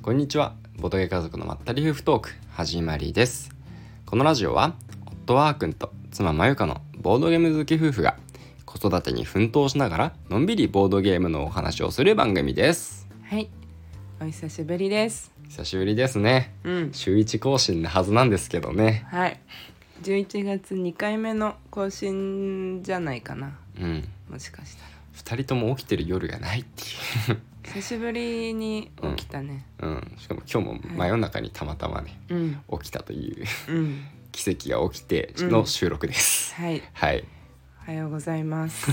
こんにちは。ボトゲ家族のまったり夫婦トーク始まりです。このラジオは夫はーくんと妻まゆかのボードゲーム好き夫婦が子育てに奮闘しながらのんびりボードゲームのお話をする番組です。 はい、お久しぶりです。 久しぶりですね。週1更新のはずなんですけどね。 はい、11月2回目の更新じゃないかな。もしかしたら 2人とも起きてる夜がないっていう久しぶりに起きたね。 しかも今日も真夜中にたまたまね、起きたという奇跡が起きての収録です、はい、 おはようございます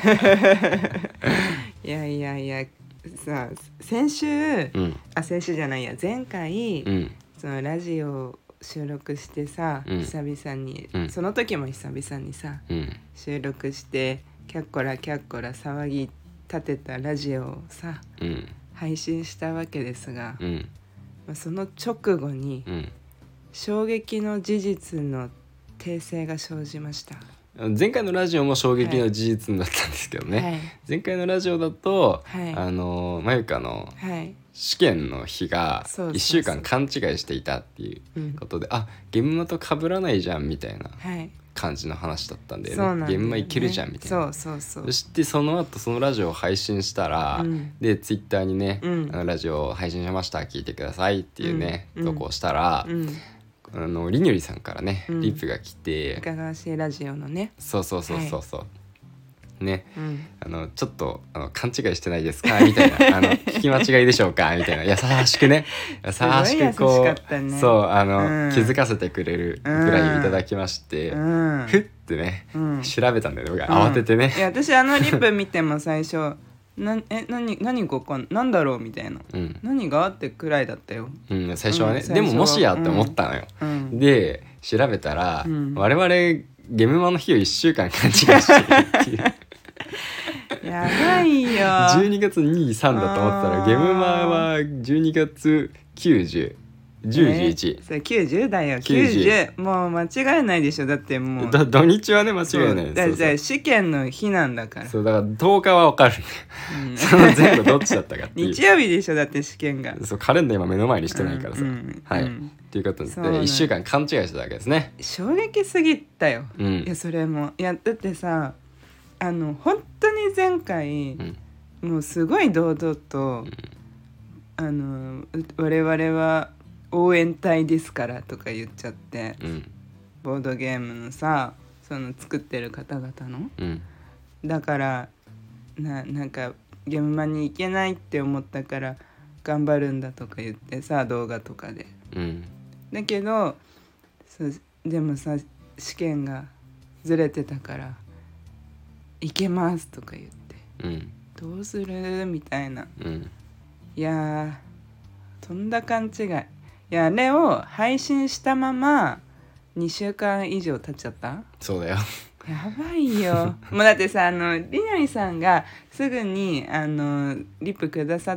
いやさあ先週じゃないや前回、そのラジオ収録してさ、久々に、その時も久々にさ、収録してキャッコラ騒ぎ立てたラジオをさ、配信したわけですが、その直後に、衝撃の事実の訂正が生じました。 前回のラジオも衝撃の事実だったんですけどね、前回のラジオだと、まゆかの試験の日が1週間勘違いしていたっていうことで、ゲームマと被らないじゃんみたいな感じの話だったんで、ゲームマいけるじゃんみたいな。そしてその後そのラジオを配信したら、でツイッターにね、ラジオ配信しました聞いてくださいっていうね、投稿したら、りにょりさんからね、リプが来て、 いかがわしいラジオのね、 そうね、ちょっと勘違いしてないですかみたいな聞き間違いでしょうかみたいな優しくね優しくこう、気づかせてくれるぐらいいただきまして、ふってね、調べたんだよね、僕慌ててね。 いや私リプ見ても最初何なんだろうみたいな、何がってくらいだったよ、 最初はね、でももしやって思ったのよ、で調べたら、我々ゲームマの日を1週間勘違いしてるっていうやばいよ 12月23だと思ったらゲームマは12月90、10、11、 それ90だよ、90もう間違いないでしょ。だってもう土日はね間違いないです。だ試験の日なんだから。 そうだから10日は分かる、その前後どっちだったかっていう日曜日でしょ、だって試験が。 そうカレンダー今目の前にしてないからさ、っていうことで1週間勘違いしてたわけですね。 衝撃すぎたよ、いやそれもだってさ、本当に前回、もうすごい堂々と、我々は応援隊ですからとか言っちゃって、ボードゲームのさ、その作ってる方々の、だからなんかゲームマに行けないって思ったから頑張るんだとか言ってさ、動画とかで、だけどでもさ、試験がずれてたから行けますとか言って、どうするみたいな、いやとんだ勘違い。いやあれを配信したまま2週間以上経っちゃった。 そうだよやばいよもうだってさ、りなりさんがすぐにリプくださって、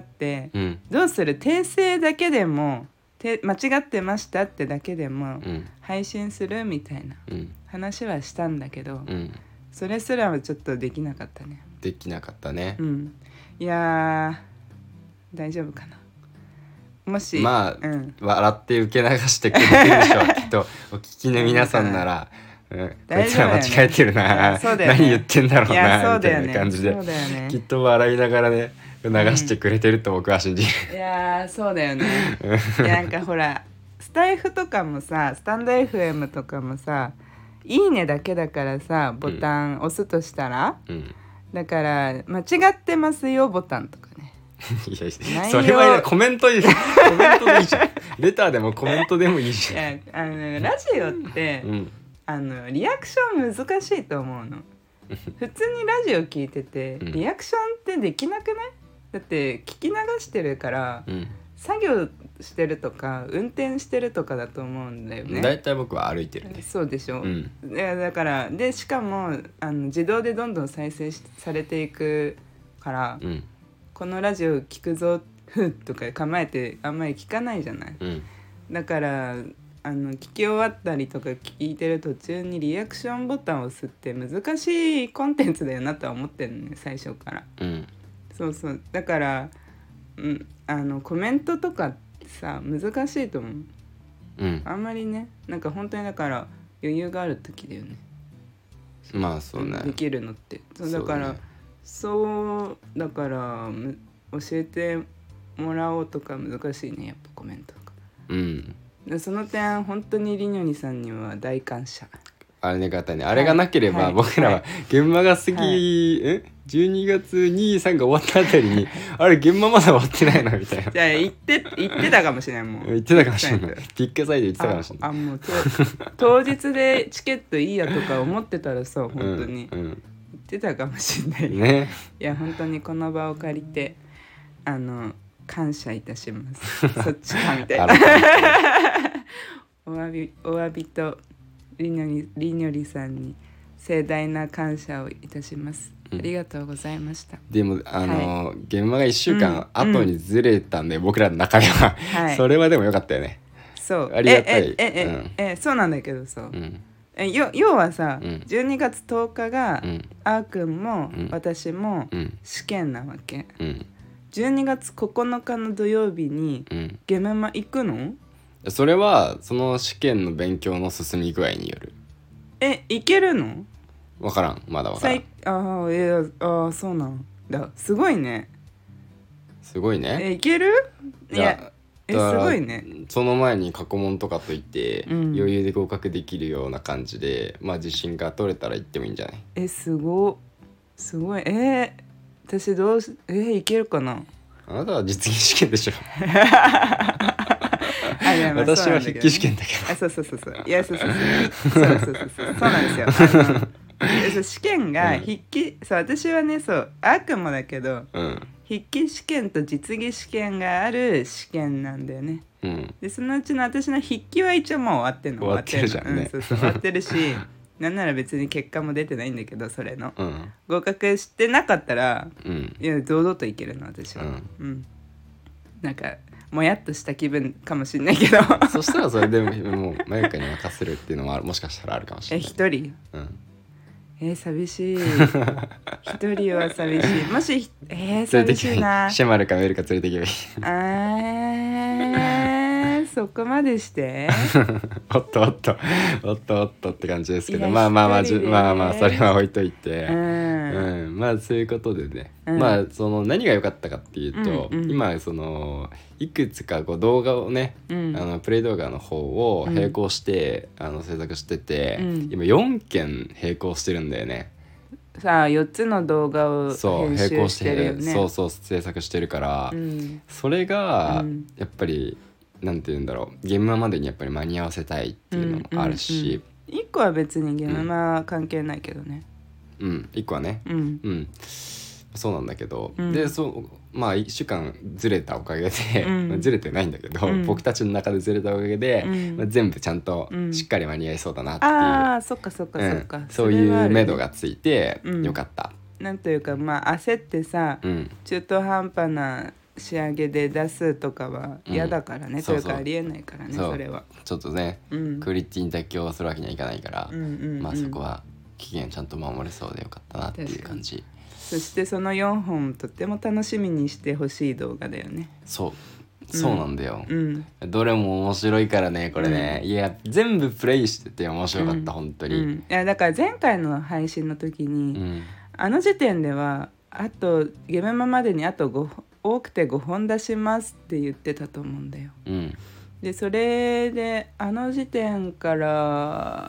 どうする、訂正だけでも間違ってましたってだけでも、配信するみたいな、話はしたんだけど、それすらはちょっとできなかったね。 できなかったね。 いや大丈夫かな。もし笑って受け流してくれてるでしょきっとお聞きの皆さんなら、こいつら間違えてるな、何言ってんだろうなみたいな感じで、きっと笑いながらね流してくれてると僕は信じる。 いやそうだよねなんかほらスタイフとかもさ、スタンド FM とかもさ、いいねだけだからさ、ボタン押すとしたら、だから間違ってますよボタンとかねいやそれはコメントでいいじゃんレターでもコメントでもいいじゃん。 いやラジオって、リアクション難しいと思うの普通にラジオ聞いててリアクションってできなくない？だって聞き流してるから、作業してるとか運転してるとかだと思うんだよね。 だいたい僕は歩いてるね。 そうでしょ、いやだからでしかも自動でどんどん再生されていくから、このラジオ聞くぞふっとか構えてあんまり聞かないじゃない、だから聞き終わったりとか聞いてる途中にリアクションボタンを押すって難しいコンテンツだよなとは思ってるのね、最初から。そうだから、コメントとかっさ難しいと思う、 うん、 あんまりねなんか本当にだから余裕がある時だよね。 まあそうね、 できるのってそうだからそうだから教えてもらおうとか難しいねやっぱコメントとか。でその点本当にりにょりさんには大感謝。 あれがね、あれがなければ僕らは現場が過ぎ、12月23が終わったあたりにあれ現場まだ終わってないのみたいな。 じゃあ言ってたかもしれないもん。 言ってたかもしれない。ピックサイド言ってたかもしれない。 もう当日でチケットいいやとか思ってたらさ本当に言ってたかもしれないね。いや本当にこの場を借りて感謝いたします。そっちかみたいな。お詫びとりにょりさんに盛大な感謝をいたします。ありがとうございました。 でも現場が1週間後にずれたんで、僕らの中では、それはでもよかったよね。 そうありがたい。 そうなんだけどさ、要はさ、12月10日があーくんも私も試験なわけ。12月9日の土曜日にゲメマ行くの？ それはその試験の勉強の進み具合による。 行けるの？ 分からん、まだ分からん。そうなんだ。すごいね。 すごいね。 行ける？いやすごいね。 その前に過去問とかといって、余裕で合格できるような感じで、まあ自信が取れたら行ってもいいんじゃない？ すごい。私いけるかな。 あなたは実技試験でしょ。私は筆記試験だけど。そういやそうなんですよ。試験が筆記、私はねあくんもだけど、筆記試験と実技試験がある試験なんだよね。でそのうちの私の筆記は一応もう終わってるの。 終わってるじゃんね。 終わってるしなんなら別に結果も出てないんだけど、それの、合格してなかったら、いや堂々といけるの私は。なんかもやっとした気分かもしれないけどそしたらそれでもうまゆかに任せるっていうのはもしかしたらあるかもしれない。 一人？寂しい。一人は寂しい。もし寂しいな。 シェマルかメルか連れていけばいい。 そこまでしておっとって感じですけど、まあそれは置いといて、まあそういうことでね、まあその何が良かったかっていうと、今そのいくつか動画をね、プレイ動画の方を並行して制作してて、今4件並行してるんだよね。 さあ4つの動画を編集してるよね。 そう制作してるから、それがやっぱりなんて言うんだろう、現場までにやっぱり間に合わせたいっていうのもあるし、 1個は別に現場関係ないけどね。 1個はね、そうなんだけど、でまあ1週間ずれたおかげで、ずれてないんだけど、僕たちの中でずれたおかげで、全部ちゃんとしっかり間に合いそうだなっていう、 そっかそういう目処がついてよかった。 なんというか焦ってさ、中途半端な仕上げで出すとかは嫌だからね。というかありえないからね。それはちょっとね、クオリティに妥協するわけにはいかないから、まあそこは期限ちゃんと守れそうでよかったなっていう感じ。 そしてその4本とっても楽しみにしてほしい動画だよね。 そうなんだよ、どれも面白いからねこれね、いや全部プレイしてて面白かった、本当に。 いやだから前回の配信の時に、あの時点ではゲメマまでにあと多くて5本出しますって言ってたと思うんだよ。でそれであの時点から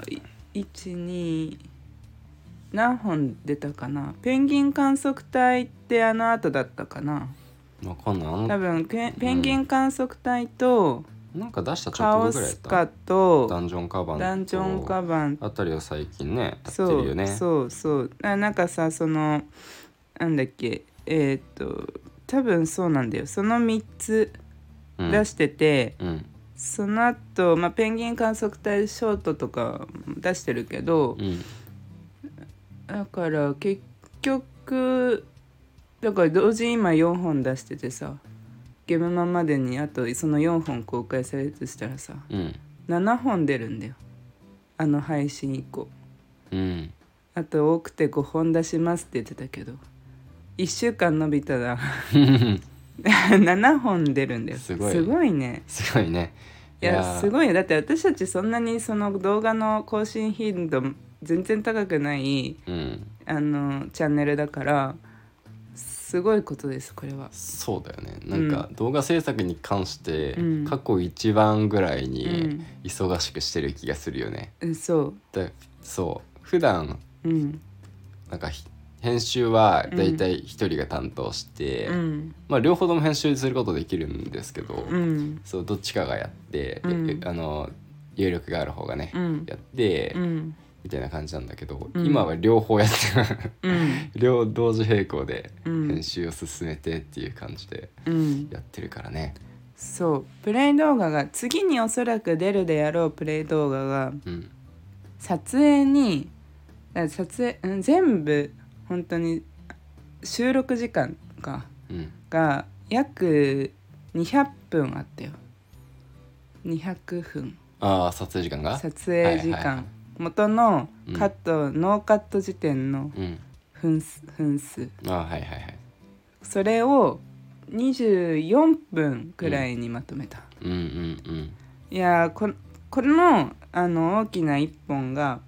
12何本出たかな。ペンギン観測隊って後だったかな。 分かんない。 多分ペンギン観測隊と、 なんか出した直後ぐらいだった。 カオスカとダンジョンカバンあたりを最近ねやってるよね。 そうなんかさなんだっけ多分そうなんだよ。その3つ出してて、その後、ペンギン観測隊ショートとか出してるけど、だから結局だから同時に今4本出しててさ、ゲムマまでにあとその4本公開されるとしたらさ、7本出るんだよ配信以降。あと多くて5本出しますって言ってたけど、1週間伸びたら 7本出るんだよ。 すごいね。 すごいね。 いやすごいよ。だって私たちそんなにその動画の更新頻度全然高くない、チャンネルだからすごいことですこれは。 そうだよね。なんか動画制作に関して過去一番ぐらいに忙しくしてる気がするよね。そう普段、なんか編集はだいたい一人が担当して、まあ両方とも編集することできるんですけど、そうどっちかがやって、有力がある方がね、やって、みたいな感じなんだけど、今は両方やってる同時並行で編集を進めてっていう感じでやってるからね。 そうプレイ動画が次におそらく出るであろうプレイ動画が、撮影に全部本当に収録時間が約200分あったよ。200分。 撮影時間が？ 撮影時間、元のカット、ノーカット時点の分数、それを24分くらいにまとめた。いやこの大きな一本が、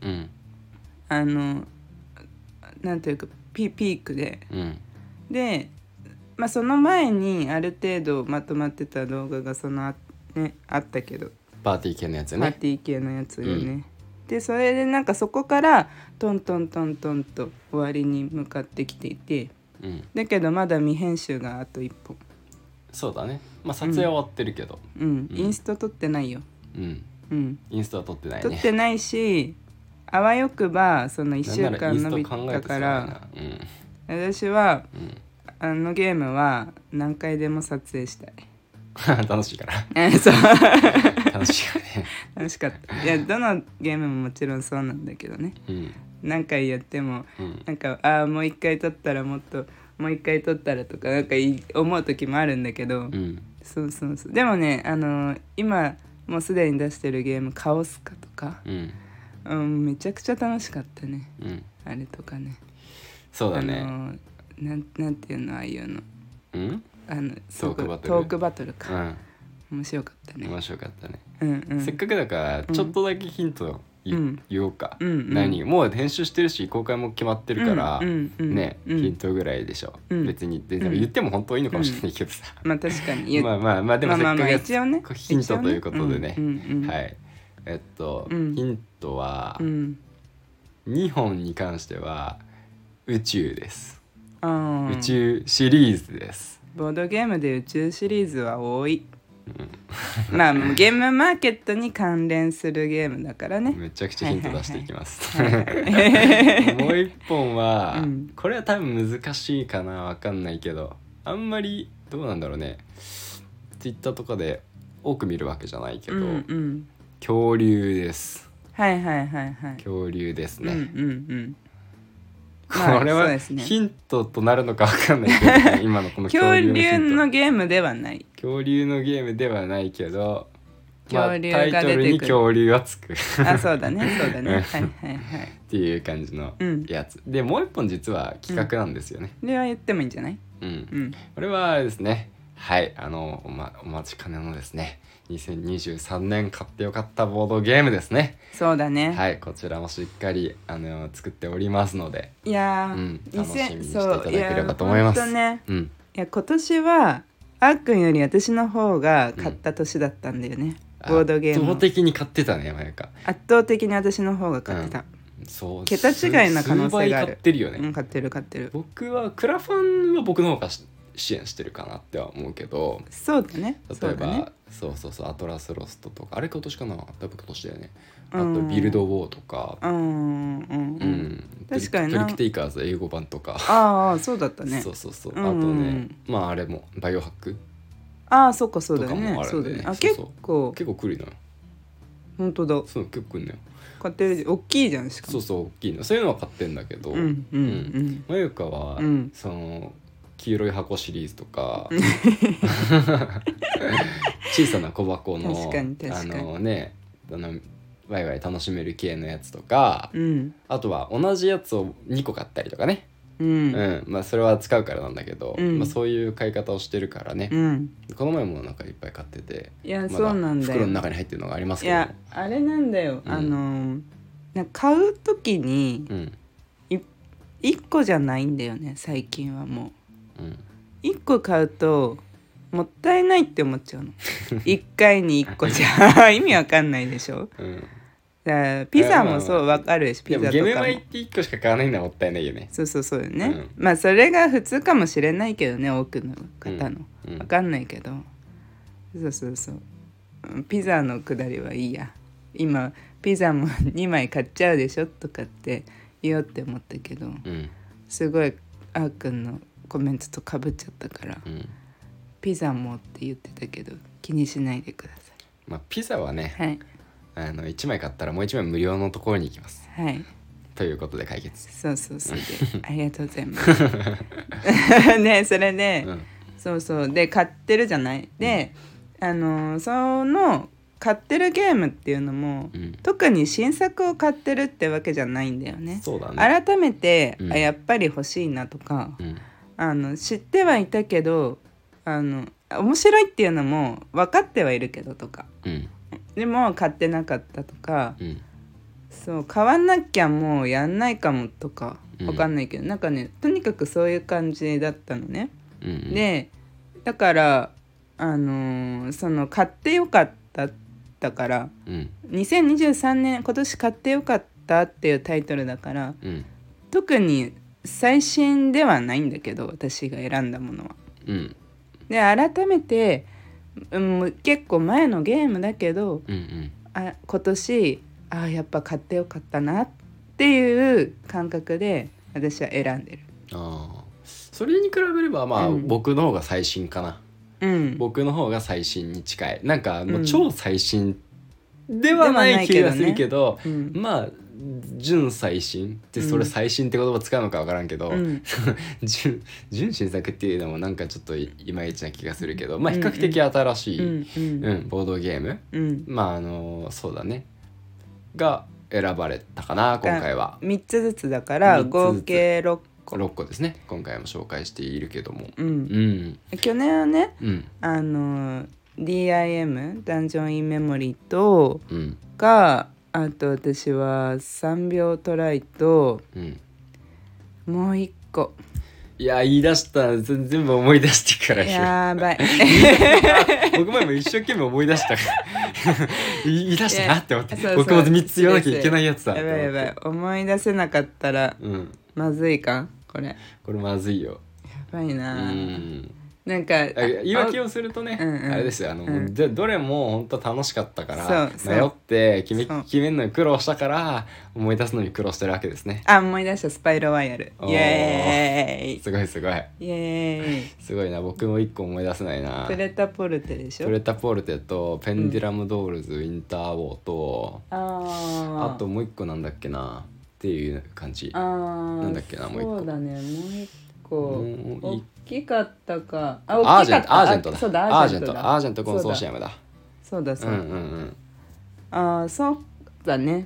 なんていうかピークで、で、まあ、その前にある程度まとまってた動画があったけど、 パーティー系のやつね。 パーティー系のやつよね。でそれでなんかそこからトントントントンと終わりに向かってきていて、だけどまだ未編集があと1本。 そうだね。まあ撮影は終わってるけど、 インスト撮ってないよ。 インストは撮ってないね。 撮ってないし、あわよくばその1週間伸びたから、私は、あのゲームは何回でも撮影したい。 楽しいからそう楽しいよね。 楽しかった。いやどのゲームももちろんそうなんだけどね、何回やっても、なんかもう一回撮ったらもう一回撮ったらとかなんか思う時もあるんだけど、そうでもね今もうすでに出してるゲームカオスカとか、めちゃくちゃ楽しかったね、あれとかね。 そうだね。 なんていうのああいうの、 トークバトルか、面白かったね。 面白かったね。せっかくだからちょっとだけヒント言おうか。もう編集してるし公開も決まってるからね、ヒントぐらいでしょ。別に言っても本当いいのかもしれないけどさ。 まあ確かに。 まあでもせっかく一応ねヒントということでね。はい。ヒントは2本に関しては宇宙です。宇宙シリーズです。 ボードゲームで宇宙シリーズは多い。まあゲームマーケットに関連するゲームだからね。 めちゃくちゃヒント出していきます。もう一本は、これは多分難しいかな、わかんないけど、あんまりどうなんだろうね。ツイッターとかで多く見るわけじゃないけど、恐竜です。恐竜ですね。これはヒントとなるのか分かんないけど、ね、今のこの恐竜のゲームではない。 恐竜のゲームではないけど、タイトルに恐竜はつく。 そうだね。 っていう感じのやつ。でもう一本実は企画なんですよね。 これは言ってもいいんじゃない？ これはですね、はいお待ちかねのですね。2023年買ってよかったボードゲームですね。 そうだね。 はい、こちらもしっかり作っておりますので、 いや楽しみにしていただければと思います。 いや今年はあーくんより私の方が買った年だったんだよね、ボードゲーム。 圧倒的に買ってたね、まゆか。 圧倒的に私の方が買ってた。 そう、 桁違いな可能性がある。 数倍買ってるよね。 買ってる。 僕はクラファンは僕の方が支援してるかなっては思うけど、 そうだね。 例えばそうアトラスロストとか、あれ今年かな、多分今年だよね。あとビルドウォーとか、確かにトリックテイカーズ英語版とか、 そうだったね。 そうあとね、まああれもバイオハック、 そっか、そうだよね。そうだね。結構来るのよ。 本当だ。 そう、結構来るのよ。 買ってる。大きいじゃん、しかも。 そう大きいの。そういうのは買ってんだけど、まゆかはその黄色い箱シリーズとか小さな小箱のワイワイ楽しめる系のやつとか、あとは同じやつを2個買ったりとかね。 まあそれは使うからなんだけど、まあ、そういう買い方をしてるからね、この前もなんかいっぱい買ってて、 いや、そうなんだよ。 袋の中に入ってるのがありますけど、 いやあれなんだよ、なんか買う時に、1個じゃないんだよね最近はもう、1個買うともったいないって思っちゃうの1回に1個じゃ意味わかんないでしょ、だからピザもそうわかるし、ピザとかもゲメマイって1個しか買わないのはもったいないよね。 そうよね、まあそれが普通かもしれないけどね、多くの方の、わかんないけど、そうピザのくだりはいいや。今ピザも2枚買っちゃうでしょとかって言おうって思ったけど、すごいあーくんのコメントとかぶっちゃったから、ピザもって言ってたけど気にしないでください。 まあピザはね、1枚買ったらもう1枚無料のところに行きます。ということで解決。 そうでありがとうございますね、それで、そうで買ってるじゃない。で、その買ってるゲームっていうのも、特に新作を買ってるってわけじゃないんだよね。 そうだね。 改めて、やっぱり欲しいなとか、知ってはいたけど面白いっていうのも分かってはいるけどとか、でも買ってなかったとか、そう買わなきゃもうやんないかもとか分かんないけど、なんかねとにかくそういう感じだったのね。でだからその買ってよかっただから、2023年今年買ってよかったっていうタイトルだから、特に最新ではないんだけど私が選んだものは。で改めて、結構前のゲームだけど、今年やっぱ買ってよかったなっていう感覚で私は選んでる。 それに比べればまあ、僕の方が最新かな。僕の方が最新に近い。なんかもう超最新ではない気がするけど、まあ純最新ってそれ最新って言葉使うのか分からんけど、純新作っていうのもなんかちょっといまいちな気がするけど、まあ比較的新しいボードゲーム、まあそうだねが選ばれたかな今回は。 3つずつだから合計6 個ですね。今回も紹介しているけども、 去年はね、DIM ダンジョンインメモリーとが、あと私は3秒トライと、もう1個。 いや言い出した全部思い出してからやばい僕前も一生懸命思い出したから言い出したなって思って、僕も3つ言わなきゃいけないやつだ。 やばい思い出せなかったら、まずいかこれまずいよ。 やばいな。なんか言い訳をするとね、あれですよ、どれも本当楽しかったから迷って決めるのに苦労したから思い出すのに苦労してるわけですね。 思い出した。スパイロワイヤル。イエーイ。 すごいイエーイ。 すごいな。僕も1個思い出せないな。 プレタポルテでしょ。 プレタポルテとペンデュラムドールズ、ウィンターウォーと、あともう1個なんだっけなっていう感じ。なんだっけな、もう1個。 そうだね、もう1個大きかったか。 アージェントだ。 そうだ、 アージェントコンソーシアムだ。 そうだそうそうだね。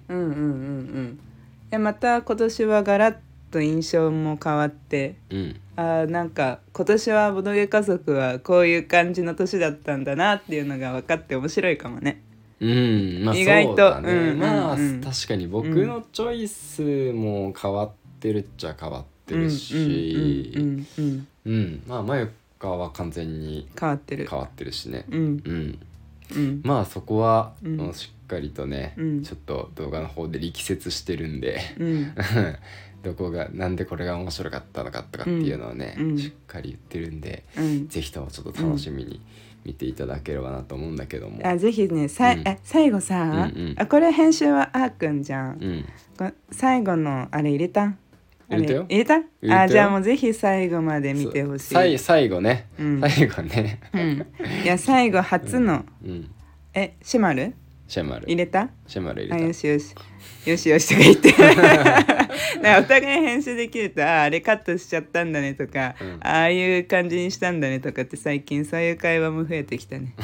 でまた今年はガラッと印象も変わって、なんか今年はボドゲ家族はこういう感じの年だったんだなっていうのが分かって面白いかもね。 まあ意外とそうだね。まあ確かに僕のチョイスも変わってるっちゃ変わってるし、まあマユカは完全に変わってるしね。まあそこはしっかりとね、ちょっと動画の方で力説してるんで、どこがなんでこれが面白かったのかとかっていうのをね、しっかり言ってるんで、ぜひともちょっと楽しみに見ていただければなと思うんだけども、 ぜひね、最後さ、これ編集はあーくんじゃん、最後のあれ入れた？ 入れたよ。 入れた？じゃあもうぜひ最後まで見てほしい。 最後ね、いや最後初の、シェマル入れた？ シェマル入れた。 よしとか言ってお互い編集できると、あれカットしちゃったんだねとか、ああいう感じにしたんだねとかって最近そういう会話も増えてきたね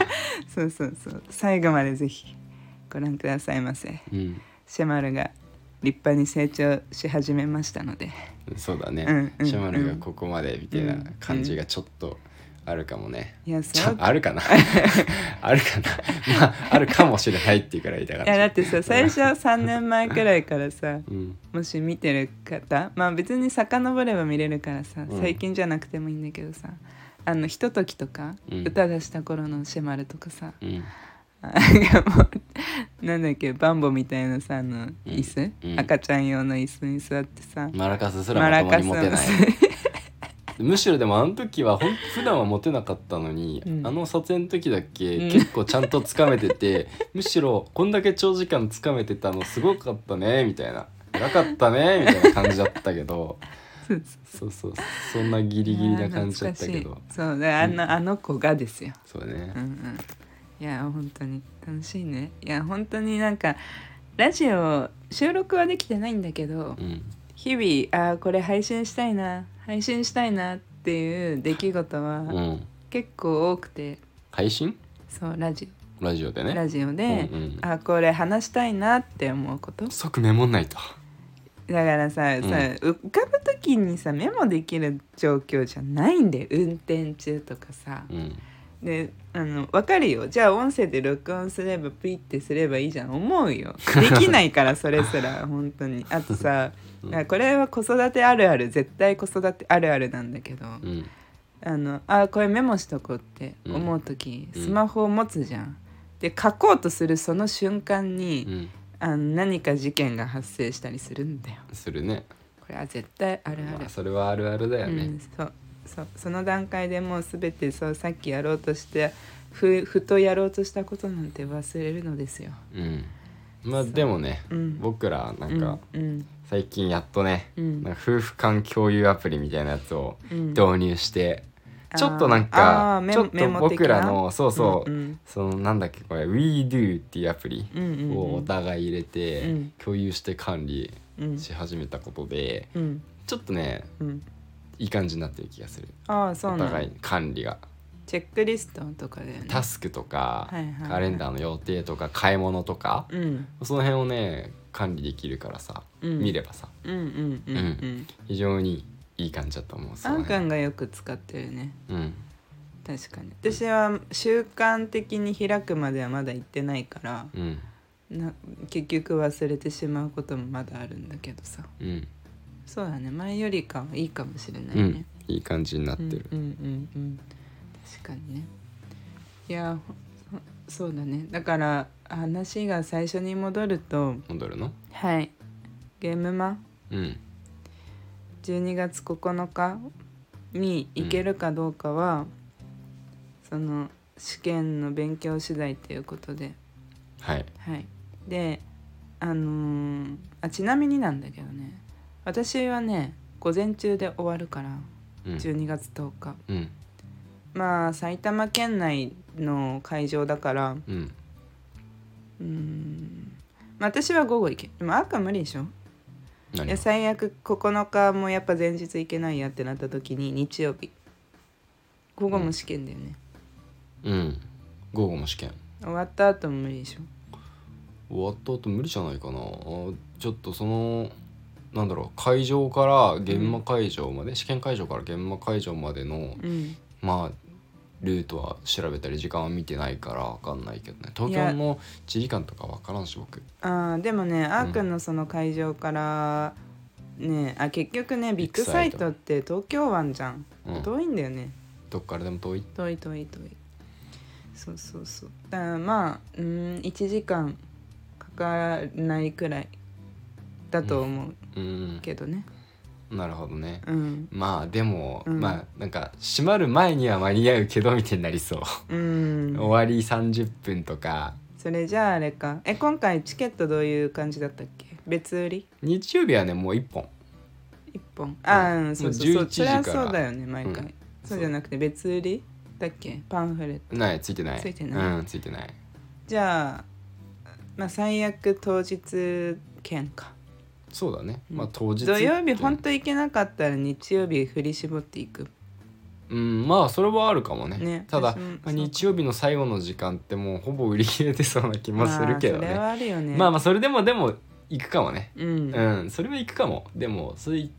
そう最後までぜひご覧くださいませ。シェマルが立派に成長し始めましたので。 そうだね、シャマルがここまでみたいな感じがちょっとあるかもね、 いやそうあるかなあるかなまああるかもしれないっていうから言いたかった。 いやだってさ、最初3年前くらいからさ、もし見てる方、まあ別に遡れば見れるからさ、最近じゃなくてもいいんだけどさ、ひとときとか、歌出した頃のシェマルとかさ、もうなんだっけ、バンボみたいなさ、椅子、赤ちゃん用の椅子に座ってさ、 マラカスすらまともに持てないむしろでもあの時は普段は持てなかったのに、撮影の時だけ結構ちゃんとつかめてて、むしろこんだけ長時間つかめてたのすごかったねみたいな、偉かったねみたいな感じだったけどそうそんなギリギリな感じだったけど、 そうであの子がですよ。 そうね、 いや本当に楽しいね。いや本当になんかラジオ収録はできてないんだけど、日々これ配信したいなっていう出来事は結構多くて、 配信？ そうラジオでね、 ラジオで、これ話したいなって思うこと、 即メモんないと。 だからさ、浮かぶ時にさメモできる状況じゃないんで、運転中とかさ、で分かるよ、じゃあ音声で録音すればピッてすればいいじゃん思うよ、できないからそれすら本当に。あとさこれは子育てあるある、絶対子育てあるあるなんだけど、これメモしとこうって思う時、スマホを持つじゃん。で書こうとするその瞬間に、何か事件が発生したりするんだよ。 するね。 これは絶対あるある、 まあ、それはあるあるだよね、 その段階でもう全てさっきやろうとしてふとやろうとしたことなんて忘れるのですよ。 まあでもね、僕らなんか、最近やっとね、なんか夫婦間共有アプリみたいなやつを導入して、ちょっとなんかちょっと僕らのそのなんだっけこれ WeDo っていうアプリをお互い入れて共有して管理し始めたことで、ちょっとね、いい感じになってる気がする。 そうなの。 お互い管理がチェックリストとかだよね。 タスクとか、カレンダーの予定とか買い物とか、その辺をね管理できるからさ、見ればさ、非常にいい感じだと思う。 あんくんがよく使ってるね。確かに私は習慣的に開くまではまだ行ってないから、結局忘れてしまうこともまだあるんだけどさ、そうだね、前よりかはいいかもしれないね、 いい感じになってる。 確かにね。いやそうだね。だから話が最初に戻るのはい、ゲームマ、12月9日に行けるかどうかは、その試験の勉強次第ということで、でちなみになんだけどね、私はね午前中で終わるから、12月10日、まあ埼玉県内の会場だから、私は午後行け。でも赤無理でしょ。いや最悪9日もやっぱ前日行けないやってなった時に日曜日午後も試験だよね。 午後も試験終わった後も無理でしょ。 終わった後無理じゃないかな。ちょっとそのなんだろう、会場から現場会場まで、試験会場から現場会場までの、まあルートは調べたり時間は見てないから分かんないけどね。東京の地理間とか分からんし僕。 でもね、あーくんのその会場からね、結局ねビッグサイトって東京湾じゃん、遠いんだよね。 どっからでも遠い。そうだからまあ1時間かからないくらいだと思うけどね。 なるほどね、まあでも、まあなんか閉まる前には間に合うけどみたいになりそう、終わり30分とか。 それじゃああれか、今回チケットどういう感じだったっけ？別売り？ 日曜日はねもう1本そうそれはそうだよね毎回、そうじゃなくて別売りだっけ？パンフレットついてないついてない。じゃあまあ最悪当日券か。 そうだね、まあ当日土曜日本当行けなかったら日曜日振り絞っていく。 まあそれはあるかもね。ただ、日曜日の最後の時間ってもうほぼ売り切れてそうな気もするけどね。 それはあるよね。 まあそれでも行くかもね、それは行くかも。でもそれ行って、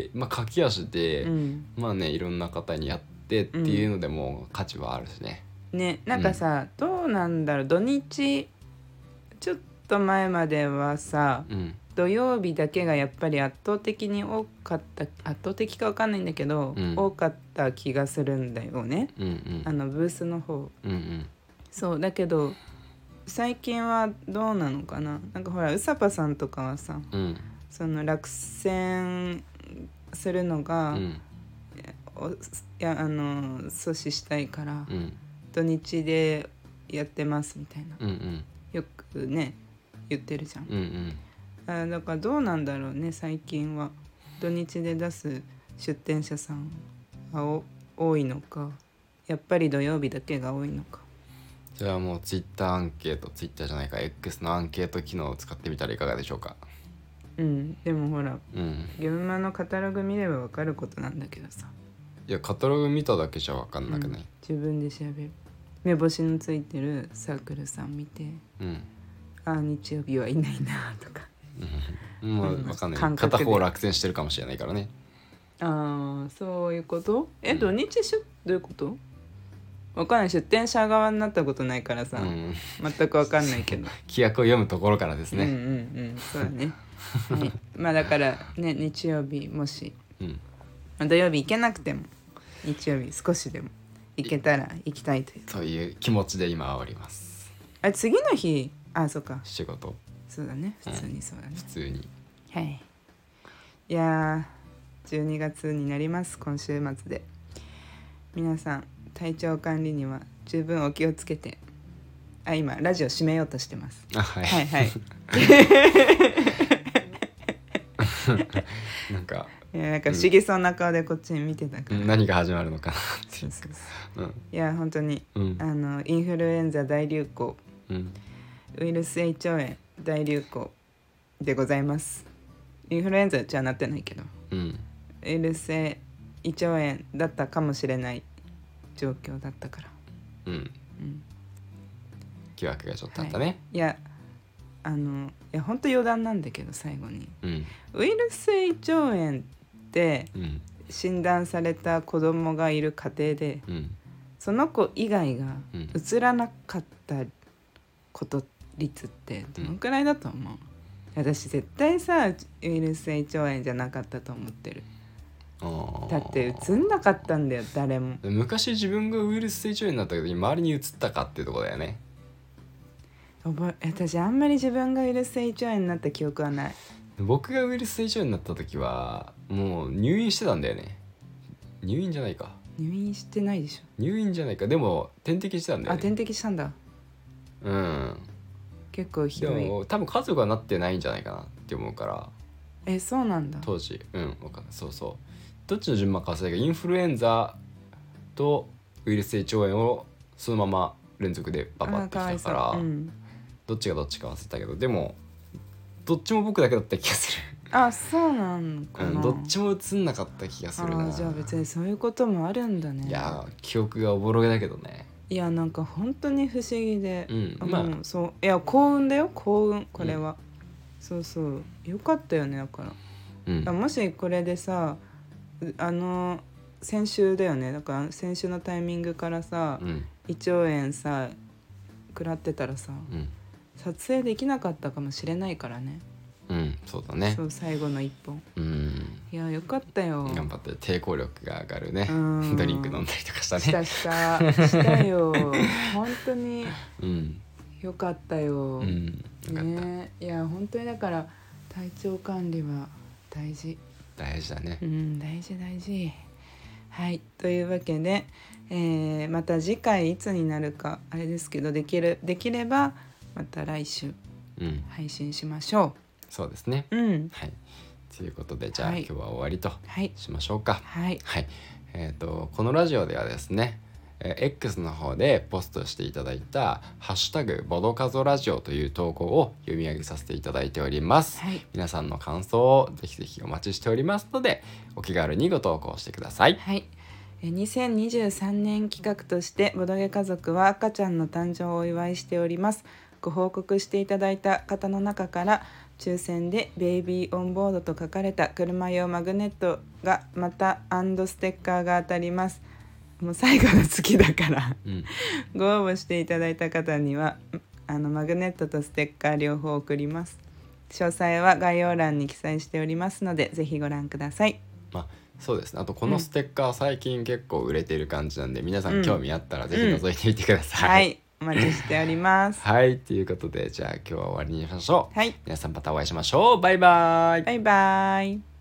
駆け足で、まあねいろんな方にやってっていうのでも価値はあるしね。 ね、なんかさ、どうなんだろう、土日ちょっと前まではさ、土曜日だけがやっぱり圧倒的に多かった、圧倒的か分かんないんだけど、多かった気がするんだよね、ブースの方、そうだけど最近はどうなのかな。なんかほらうさぱさんとかはさ、その落選するのが、阻止したいから、土日でやってますみたいな、よくね言ってるじゃん、だからどうなんだろうね。最近は土日で出す出店者さんが多いのか、やっぱり土曜日だけが多いのか。 じゃあもうツイッターアンケート、ツイッターじゃないか X のアンケート機能を使ってみたらいかがでしょうか。 でもほら、ゲームマのカタログ見れば分かることなんだけどさ。 いやカタログ見ただけじゃ分かんなくない？ 自分で調べる。目星のついてるサークルさん見て、日曜日はいないなとか、 もう分かんない、片方落選してるかもしれないからね。 そういうこと。土日どういうこと？分かんない。出店者側になったことないからさ、全く分かんないけど規約を読むところからですね。 そうだね、はい、だからね、日曜日もし、土曜日行けなくても日曜日少しでも行けたら行きたいという、 そういう気持ちで今はおります。 次の日、そうか、 仕事、 そうだね、普通にそうだね、 普通に。 はい。いや12月になります。今週末で皆さん体調管理には十分お気をつけて。今ラジオ締めようとしてます。はいはい、なんか不思議そうな顔でこっちに見てたから、 何が始まるのかなっていう。 いや本当に、インフルエンザ大流行、ウイルス性胃腸炎大流行でございます。インフルエンザじゃなってないけど、ウイルス性胃腸炎だったかもしれない状況だったから、 疑惑がちょっとあったね、 いや本当余談なんだけど最後に、ウイルス性胃腸炎って診断された子供がいる家庭で、その子以外がうらなかったこと率ってどのくらいだと思う？私絶対さウイルス性胃腸炎じゃなかったと思ってる。だってうんなかったんだよ誰も。 昔自分がウイルス性胃腸炎になったけど周りにうつったかっていうところだよね。 私あんまり自分がウイルス性胃腸炎になった記憶はない。 僕がウイルス性胃腸炎になった時はもう入院してたんだよね。入院じゃないか。 入院してないでしょ。 入院じゃないか。でも点滴してたんだよね。 点滴したんだ。結構ひどい。 でも多分家族はなってないんじゃないかなって思うから。 そうなんだ。 当時そうそう。どっちの順番か忘れたけどインフルエンザとウイルス性胃腸炎をそのまま連続でババってきたから、どっちがどっちか忘れたけど、でもどっちも僕だけだった気がする。 そうなんかな、 どっちも映んなかった気がするな。 じゃあ別にそういうこともあるんだね。 いや記憶がおぼろげだけどね。 いやなんか本当に不思議で、そういや幸運だよ幸運これは、そうそうよかったよね。だから、もしこれでさ先週だよね。だから先週のタイミングからさ、胃腸炎さ食らってたらさ、撮影できなかったかもしれないからね。 そうだね。 そう最後の一本。いやよかったよ。 頑張って抵抗力が上がるね。ドリンク飲んだりとかしたね。 したよ本当によかったよ。ね、いや本当にだから体調管理は大事だね。 大事。はい、というわけで、また次回いつになるかあれですけどできればまた来週配信しましょう。 そうですね。はい。ということでじゃあ、今日は終わりとしましょうか。このラジオではですね、X の方でポストしていただいたハッシュタグボドカゾラジオという投稿を読み上げさせていただいております。皆さんの感想をぜひぜひお待ちしておりますのでお気軽にご投稿してください。 2023年企画としてボドゲ家族は赤ちゃんの誕生をお祝いしております。ご報告していただいた方の中から抽選でベイビーオンボードと書かれた車用マグネットがまたステッカーが当たります。もう最後の月だから、ご応募していただいた方にはマグネットとステッカー両方送ります。詳細は概要欄に記載しておりますのでぜひご覧ください。 そうですね。あとこのステッカー最近結構売れてる感じなんで、皆さん興味あったらぜひ覗いてみてください。 はい、お待ちしております。 はい、ということでじゃあ今日は終わりにしましょう。 はい、 皆さんまたお会いしましょう。バイバイ。 バイバイ。